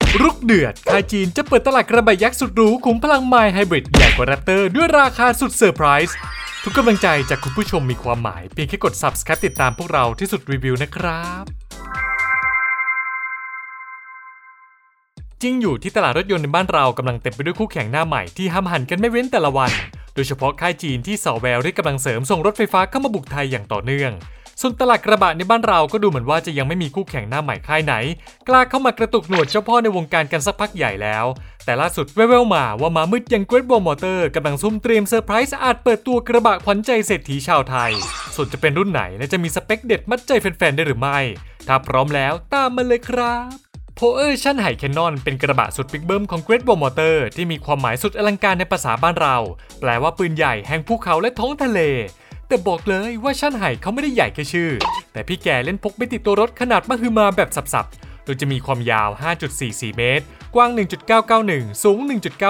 รุกเดือดค่ายจีนจะเปิดตลาดกระบะยักษ์สุดหรูขุมพลังไมล์ไฮบริดใหญ่กว่าแรปเตอร์ด้วยราคาสุดเซอร์ไพรส์ทุกกำลังใจจากคุณผู้ชมมีความหมายเพียงแค่กด Subscribe ติดตามพวกเราที่สุดรีวิวนะครับจริงอยู่ที่ตลาดรถยนต์ในบ้านเรากำลังเต็มไปด้วยคู่แข่งหน้าใหม่ที่ห้ำหั่นกันไม่เว้นแต่ละวันโดยเฉพาะค่ายจีนที่ส่อแววเรียกกำลังเสริมส่งรถไฟฟ้าเข้ามาบุกไทยอย่างต่อเนื่องส่วนตลาดกระบะในบ้านเราก็ดูเหมือนว่าจะยังไม่มีคู่แข่งหน้าใหม่ค่ายไหนกล้าเข้ามากระตุกหนวดเจ้าพ่อในวงการกันสักพักใหญ่แล้วแต่ล่าสุดแว่วๆมาว่ามามืดอย่าง Great Wall Motor กำลังซุ่มเตรียมเซอร์ไพรส์อาจเปิดตัวกระบะขวัญใจเศรษฐีชาวไทยส่วนจะเป็นรุ่นไหนและจะมีสเปคเด็ดมัดใจแฟนๆได้หรือไม่ถ้าพร้อมแล้วตามมาเลยครับโพเออร์ชั่นไห่แคนนอนเป็นกระบะสุดบิ๊กเบิ้มของ Great Wall Motor ที่มีความหมายสุดอลังการในภาษาบ้านเราแปลว่าปืนใหญ่แห่งภูเขาและท้องทะเลแต่บอกเลยว่าชั่นไห่เขาไม่ได้ใหญ่แค่ชื่อแต่พี่แกเล่นพกไปติดตัวรถขนาดมหึมาแบบสับๆโดยจะมีความยาว 5.44 เมตรกว้าง 1.991 สูง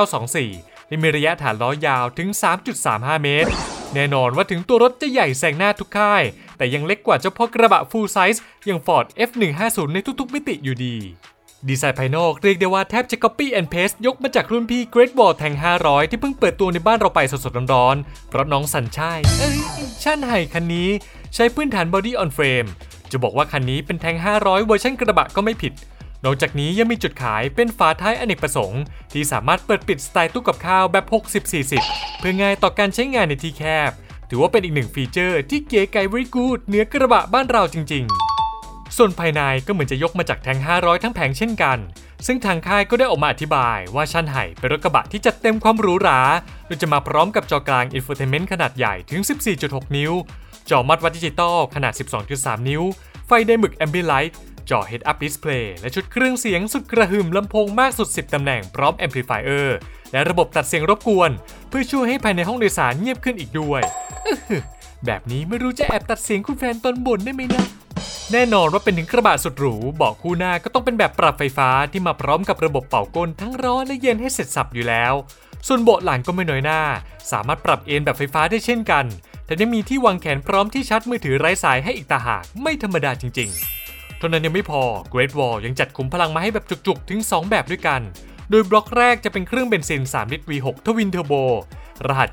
1.924 และมีระยะฐานล้อยาวถึง 3.35 เมตรแน่นอนว่าถึงตัวรถจะใหญ่แซงหน้าทุกค่ายแต่ยังเล็กกว่าเจ้าพ่อกระบะ Full Size อย่าง Ford F150 ในทุกๆมิติอยู่ดีดีไซน์ภายนอกเรียกได้ว่าแทบจะ copy and paste ยกมาจากรุ่นพี่ Great Wall Tank 500ที่เพิ่งเปิดตัวในบ้านเราไปสดๆร้อนๆเพราะน้องสัญชัยชั่นไห่คันนี้ใช้พื้นฐาน Body on Frame จะบอกว่าคันนี้เป็น Tank 500เวอร์ชันกระบะก็ไม่ผิดนอกจากนี้ยังมีจุดขายเป็นฝาท้ายอเนกประสงค์ที่สามารถเปิดปิดสไตล์ตู้กับข้าวแบบ 60-40 เพื่อง่ายต่อการใช้งานในที่แคบถือว่าเป็นอีกหนึ่งฟีเจอร์ที่เก๋ไก๋ very good เหนือกระบะบ้านเราจริงๆส่วนภายในก็เหมือนจะยกมาจากแทง500ทั้งแผงเช่นกันซึ่งทางค่ายก็ได้ออกมาอธิบายว่าชั่นไห่เป็นรถกระบะที่จัดเต็มความหรูหราโดยจะมาพร้อมกับจอกลาง Infotainment ขนาดใหญ่ถึง 14.6 นิ้วจอมัดวัดดิจิตอลขนาด 12.3 นิ้วไฟไดหมึก Ambient Light จอ Head Up Display และชุดเครื่องเสียงสุดกระหึ่มลำโพงมากสุด10ตำแหน่งพร้อม Amplifier และระบบตัดเสียงรบกวนเพื่อช่วยให้ภายในห้องโดยสารเงียบขึ้นอีกด้วยแบบนี้ไม่รู้จะแอบตัดเสียงคุณแฟนตอนบ่นได้ไหมนะแน่นอนว่าเป็นถึงกระบะสุดหรูเบาะคู่หน้าก็ต้องเป็นแบบปรับไฟฟ้าที่มาพร้อมกับระบบเป่าก้นทั้งร้อนและเย็นให้เสร็จสับอยู่แล้วส่วนเบาะหลังก็ไม่น้อยหน้าสามารถปรับเอนแบบไฟฟ้าได้เช่นกันแต่ยังมีที่วางแขนพร้อมที่ชาร์จมือถือไร้สายให้อีกต่างหากไม่ธรรมดาจริงๆเท่านั้นยังไม่พอ Great Wall ยังจัดขุมพลังมาให้แบบจุกๆถึง2แบบด้วยกันโดยบล็อกแรกจะเป็นเครื่องเบนซิน3ลิตร V6 Twin Turbo รหัส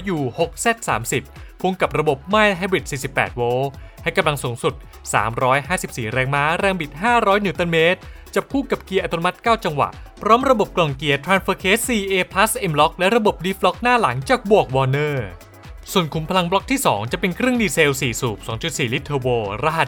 GW6Z30 พ่วงกับระบบ Mild Hybrid 48 โวลต์ให้กำลังสูงสุด354แรงม้าแรงบิด500นิวตันเมตรจับคู่กับเกียร์อัตโนมัติ9จังหวะพร้อมระบบกล่องเกียร์ Transfer Case CA Plus M-Lock และระบบ Diff Lock หน้าหลังจากBorgWarner Warnerส่วนขุมพลังบล็อกที่2จะเป็นเครื่องดีเซล4สูบ 2.4 ลิตรเทอร์โบรหัส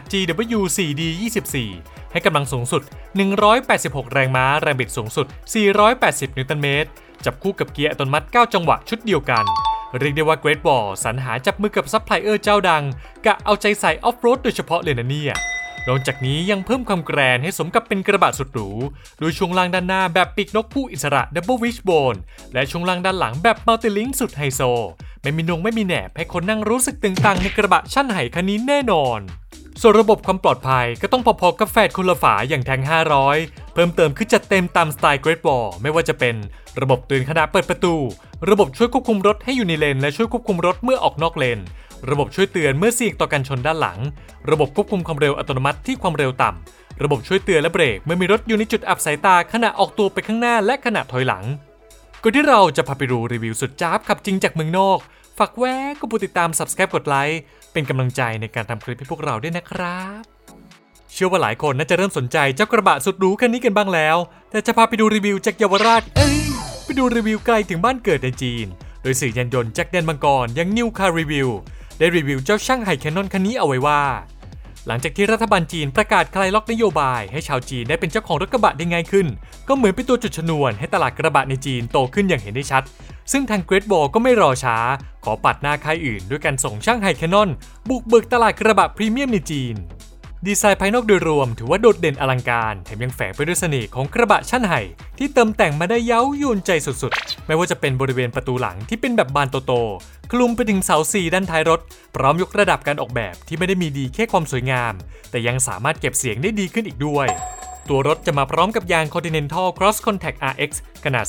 GW4D24 ให้กำลังสูงสุด186แรงม้าแรงบิดสูงสุด480นิวตันเมตรจับคู่กับเกียร์อัตโนมัติ9จังหวะชุดเดียวกันเรียกได้ว่า Great Wall สรรหาจับมือกับซัพพลายเออร์เจ้าดังกะเอาใจใส่ออฟโรดโดยเฉพาะเลยนะเนี่ยนอกจากนี้ยังเพิ่มความแกรนให้สมกับเป็นกระบะสุดหรูโดยช่วงล่างด้านหน้าแบบปีกนกผู้อิสระ Double Wishbone และช่วงล่างด้านหลังแบบ Multilink สุดไฮโซไม่มีแหนบให้คนนั่งรู้สึกตึงตังในกระบะชั่นไห่คันนี้แน่นอนส่วนระบบความปลอดภัยก็ต้องพอๆกับแฝดคนละฝาอย่างแทง500เพิ่มเติมคือจัดเต็มตามสไตล์ Great Wall ไม่ว่าจะเป็นระบบเตือนขณะเปิดประตูระบบช่วยควบคุมรถให้อยู่ในเลนและช่วยควบคุมรถเมื่อออกนอกเลนระบบช่วยเตือนเมื่อเสี่ยงต่อการชนด้านหลังระบบควบคุมความเร็วอัตโนมัติที่ความเร็วต่ำระบบช่วยเตือนและเบรกเมื่อมีรถอยู่ในจุดอับสายตาขณะออกตัวไปข้างหน้าและขณะถอยหลังก่อนที่เราจะพาไปดูรีวิวสุดจ๊าบขับจริงจากเมืองนอกฝากแวะกดติดตาม Subscribe กดไลค์เป็นกำลังใจในการทำคลิปให้พวกเราด้วยนะครับเชื่อว่าหลายคนน่าจะเริ่มสนใจเจ้ากระบะสุดหรูคันนี้กันบ้างแล้วแต่จะพาไปดูรีวิวจากเยาวราชไปดูรีวิวไกลถึงบ้านเกิดในจีนโดยสื่อยานยนต์จากแดนมังกรอย่าง New Car Review ได้รีวิวเจ้าช่างไห่แคนนอนคันนี้เอาไว้ว่าหลังจากที่รัฐบาลจีนประกาศคลายล็อกนโยบายให้ชาวจีนได้เป็นเจ้าของรถกระบะได้ง่ายขึ้นก็เหมือนเป็นตัวจุดชนวนให้ตลาดกระบะในจีนโตขึ้นอย่างเห็นได้ชัดซึ่งทาง Great Wall ก็ไม่รอช้าขอปัดหน้าค่ายอื่นด้วยการส่งช่างไห่แคนนอนบุกเบิกตลาดกระบะพรีเมียมในจีนดีไซน์ภายนอกโดยรวมถือว่าโดดเด่นอลังการแถมยังแฝงไปด้วยเสน่ห์ของกระบะชั่นไห่ที่เติมแต่งมาได้เย้ายวนใจสุดๆไม่ว่าจะเป็นบริเวณประตูหลังที่เป็นแบบบานโตๆคลุมไปถึงเสา4ด้านท้ายรถพร้อมยกระดับการออกแบบที่ไม่ได้มีดีแค่ความสวยงามแต่ยังสามารถเก็บเสียงได้ดีขึ้นอีกด้วยตัวรถจะมาพร้อมกับยาง Continental Cross Contact RX ขนาด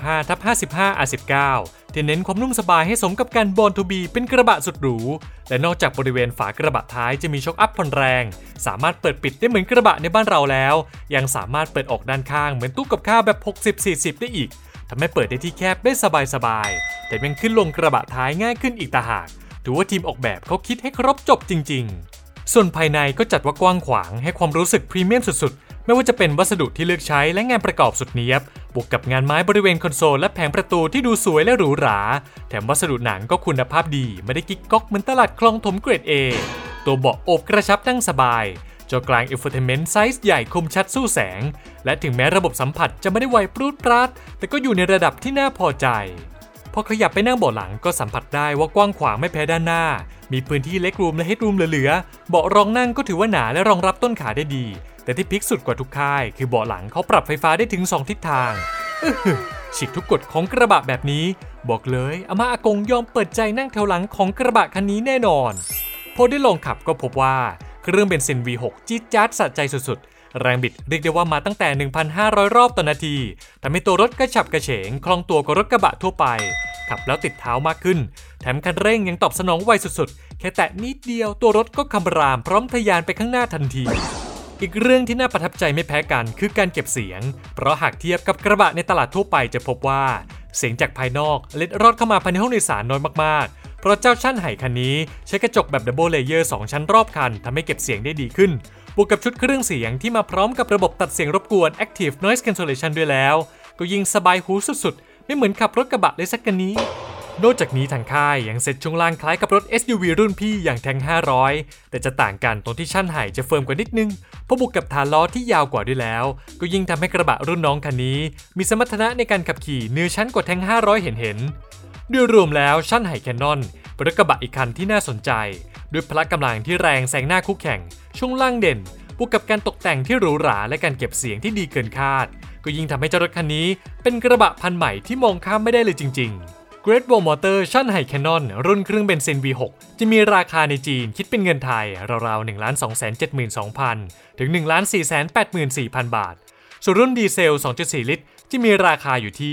265/55 R19 ที่เน้นความนุ่มสบายให้สมกับการ Born to be เป็นกระบะสุดหรูและนอกจากบริเวณฝากระบะท้ายจะมีช็อคอัพผ่อนแรงสามารถเปิดปิดได้เหมือนกระบะในบ้านเราแล้วยังสามารถเปิดออกด้านข้างเหมือนตู้กับข้าวแบบ 60-40 ได้อีกทำให้เปิดได้ที่แคบได้สบายๆแต่ยังขึ้นลงกระบะท้ายง่ายขึ้นอีกต่างหากถือว่าทีมออกแบบเขาคิดให้ครบจบจริงๆส่วนภายในก็จัดว่ากว้างขวางให้ความรู้สึกพรีเมียมสุดๆไม่ว่าจะเป็นวัสดุที่เลือกใช้และงานประกอบสุดเนี๊ยบบวกกับงานไม้บริเวณคอนโซลและแผงประตูที่ดูสวยและหรูหราแถมวัสดุหนังก็คุณภาพดีไม่ได้กิ๊กก๊อกเหมือนตลาดคลองถมเกรด A ตัวเบาะโอบกระชับนั่งสบายจอกลาง Infotainment ไซส์ใหญ่คมชัดสู้แสงและถึงแม้ระบบสัมผัสจะไม่ได้ไวปรูดปราดแต่ก็อยู่ในระดับที่น่าพอใจพอขยับไปนั่งเบาะหลังก็สัมผัสได้ว่ากว้างขวางไม่แพ้ด้านหน้ามีพื้นที่เล็กรูมและเฮดรูมเหลือๆเบาะรองนั่งก็ถือว่าหนาและรองรับต้นขาได้ดีแต่ที่พลิกสุดกว่าทุกค่ายคือเบาะหลังเขาปรับไฟฟ้าได้ถึง2ทิศทางฉีกทุกกฎของกระบะแบบนี้บอกเลยอาม่าอากงยอมเปิดใจนั่งแถวหลังของกระบะคันนี้แน่นอนพอได้ลองขับก็พบว่าเครื่องเบนซิน V6 จี๊ดจ๊าดสะใจสุดๆแรงบิดเรียกได้ว่ามาตั้งแต่ 1,500 รอบต่อนาทีทำให้ตัวรถกระฉับกระเฉงคล่องตัวกว่ารถกระบะทั่วไปขับแล้วติดเท้ามากขึ้นแถมคันเร่งยังตอบสนองไวสุดๆแค่แตะนิดเดียวตัวรถก็คำรามพร้อมทะยานไปข้างหน้าทันทีอีกเรื่องที่น่าประทับใจไม่แพ้กันคือการเก็บเสียงเพราะหากเทียบกับกระบะในตลาดทั่วไปจะพบว่าเสียงจากภายนอกเล็ดรอดเข้ามาภายในห้องโดยสารน้อยมากๆเพราะเจ้าชั่นไห่คันนี้ใช้กระจกแบบดับเบิลเลเยอร์2ชั้นรอบคันทำให้เก็บเสียงได้ดีขึ้นบวกกับชุดเครื่องเสียงที่มาพร้อมกับระบบตัดเสียงรบกวน Active Noise Cancellation ด้วยแล้วก็ยิ่งสบายหูสุดๆไม่เหมือนขับรถกระบะเลยสักกันนี้นอกจากนี้ทางค่ายยังเซ็ตช่วงล่างคล้ายกับรถ SUV รุ่นพี่อย่างแทง500แต่จะต่างกันตรงที่ชั่นไห่จะเฟิร์มกว่านิดนึงเพราะบวกกับฐานล้อที่ยาวกว่าด้วยแล้วก็ยิ่งทำให้กระบะรุ่นน้องคันนี้มีสมรรถนะในการขับขี่เหนือชั้นกว่าแทง500เห็นโดยรวมแล้วชั่นไห่แคนนอนเป็นรถกระบะอีกคันที่น่าสนใจด้วยพละกำลังที่แรงแซงหน้าคู่แข่งช่วงล่างเด่นบวกกับการตกแต่งที่หรูหราและการเก็บเสียงที่ดีเกินคาดก็ยิ่งทำให้เจ้ารถคันนี้เป็นกระบะพันใหม่ที่มองข้ามไม่ได้เลยจริงๆGreat Wall Motor ชั่นไห่แคนนอนรุ่นเครื่องเบนซิน V6 จะมีราคาในจีนคิดเป็นเงินไทยราวๆ 1,272,000 ถึง 1,484,000 บาทส่วนรุ่นดีเซล 2.4 ลิตรจะมีราคาอยู่ที่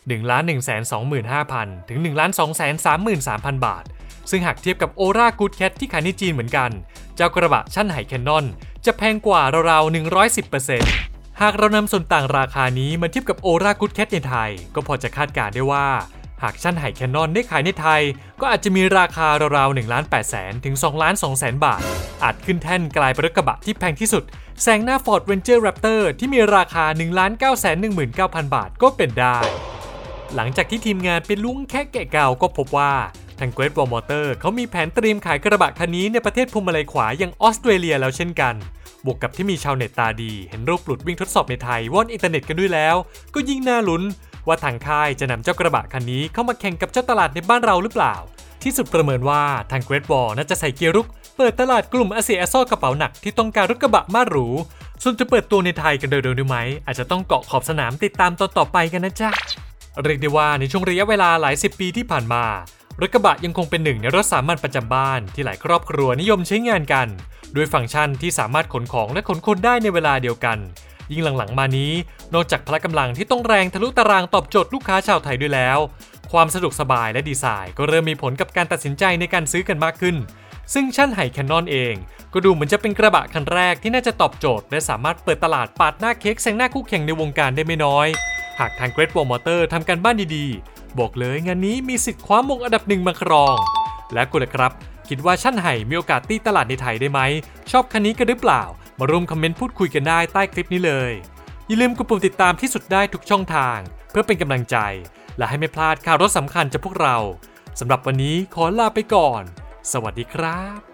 1,125,000 ถึง 1,233,000 บาทซึ่งหากเทียบกับ Ora Good Cat ที่ขายในจีนเหมือนกันเจ้ากระบะชั่นไห่แคนนอนจะแพงกว่าราวๆ 110% หากเรานำส่วนต่างราคานี้มาเทียบกับ Ora Good Cat ในไทยก็พอจะคาดการณ์ได้ว่าหากชั่นไห่แคนนอนได้ขายในไทยก็อาจจะมีราคาราวๆ 1,800,000 ถึง 2,200,000 บาทอาจขึ้นแท่นกลายเป็นรถกระบะที่แพงที่สุดแซงหน้า Ford Ranger Raptor ที่มีราคา 1,919,000 บาทก็เป็นได้หลังจากที่ทีมงานไปลุ้งแค่แกะเก่าก็พบว่าทาง Great Wall Motor เขามีแผนเตรียมขายกระบะคันนี้ในประเทศพวงมาลัยขวาอย่างออสเตรเลียแล้วเช่นกันบวกกับที่มีชาวเน็ตตาดีเห็นรูปหลุดวิ่งทดสอบในไทยว่อนอินเทอร์เน็ตกันด้วยแล้วก็ยิ่งน่าลุ้นว่าทางค่ายจะนำเจ้ากระบะคันนี้เข้ามาแข่งกับเจ้าตลาดในบ้านเราหรือเปล่าที่สุดประเมินว่าทาง Great Wall น่าจะใส่เกียร์รุกเปิดตลาดกลุ่มอาเซียซ่อกระเป๋าหนักที่ต้องการรถกระบะมาหรูส่วนจะเปิดตัวในไทยกันโดยเร็วไหมอาจจะต้องเกาะขอบสนามติดตามตอนต่อไปกันนะจ๊ะเรียกได้ว่าในช่วงระยะเวลาหลาย10 ปีที่ผ่านมารถกระบะยังคงเป็นหนึ่งในรถสามัญประจำบ้านที่หลายครอบครัวนิยมใช้งานกันด้วยฟังก์ชันที่สามารถขนของและขนคนได้ในเวลาเดียวกันยิ่งหลังๆมานี้นอกจากพละกำลังที่ต้องแรงทะลุตารางตอบโจทย์ลูกค้าชาวไทยด้วยแล้วความสะดวกสบายและดีไซน์ก็เริ่มมีผลกับการตัดสินใจในการซื้อกันมากขึ้นซึ่งชั่นไห่แคนนอนเองก็ดูเหมือนจะเป็นกระบะคันแรกที่น่าจะตอบโจทย์และสามารถเปิดตลาดปาดหน้าเค้กแซงหน้าคู่แข่งในวงการได้ไม่น้อยหากทาง Great Wall Motor ทำการบ้านดีๆบอกเลยงานนี้มีสิทธิ์คว้ามงอันดับ1มาครองและคุณล่ะครับคิดว่าชั่นไห่มีโอกาสตีตลาดในไทยได้ไหมชอบคันนี้กันหรือเปล่ามาร่วมคอมเมนต์พูดคุยกันได้ใต้คลิปนี้เลยอย่าลืมกดปุ่มติดตามที่สุดได้ทุกช่องทางเพื่อเป็นกำลังใจและให้ไม่พลาดข่าวรถสำคัญจากพวกเราสำหรับวันนี้ขอลาไปก่อนสวัสดีครับ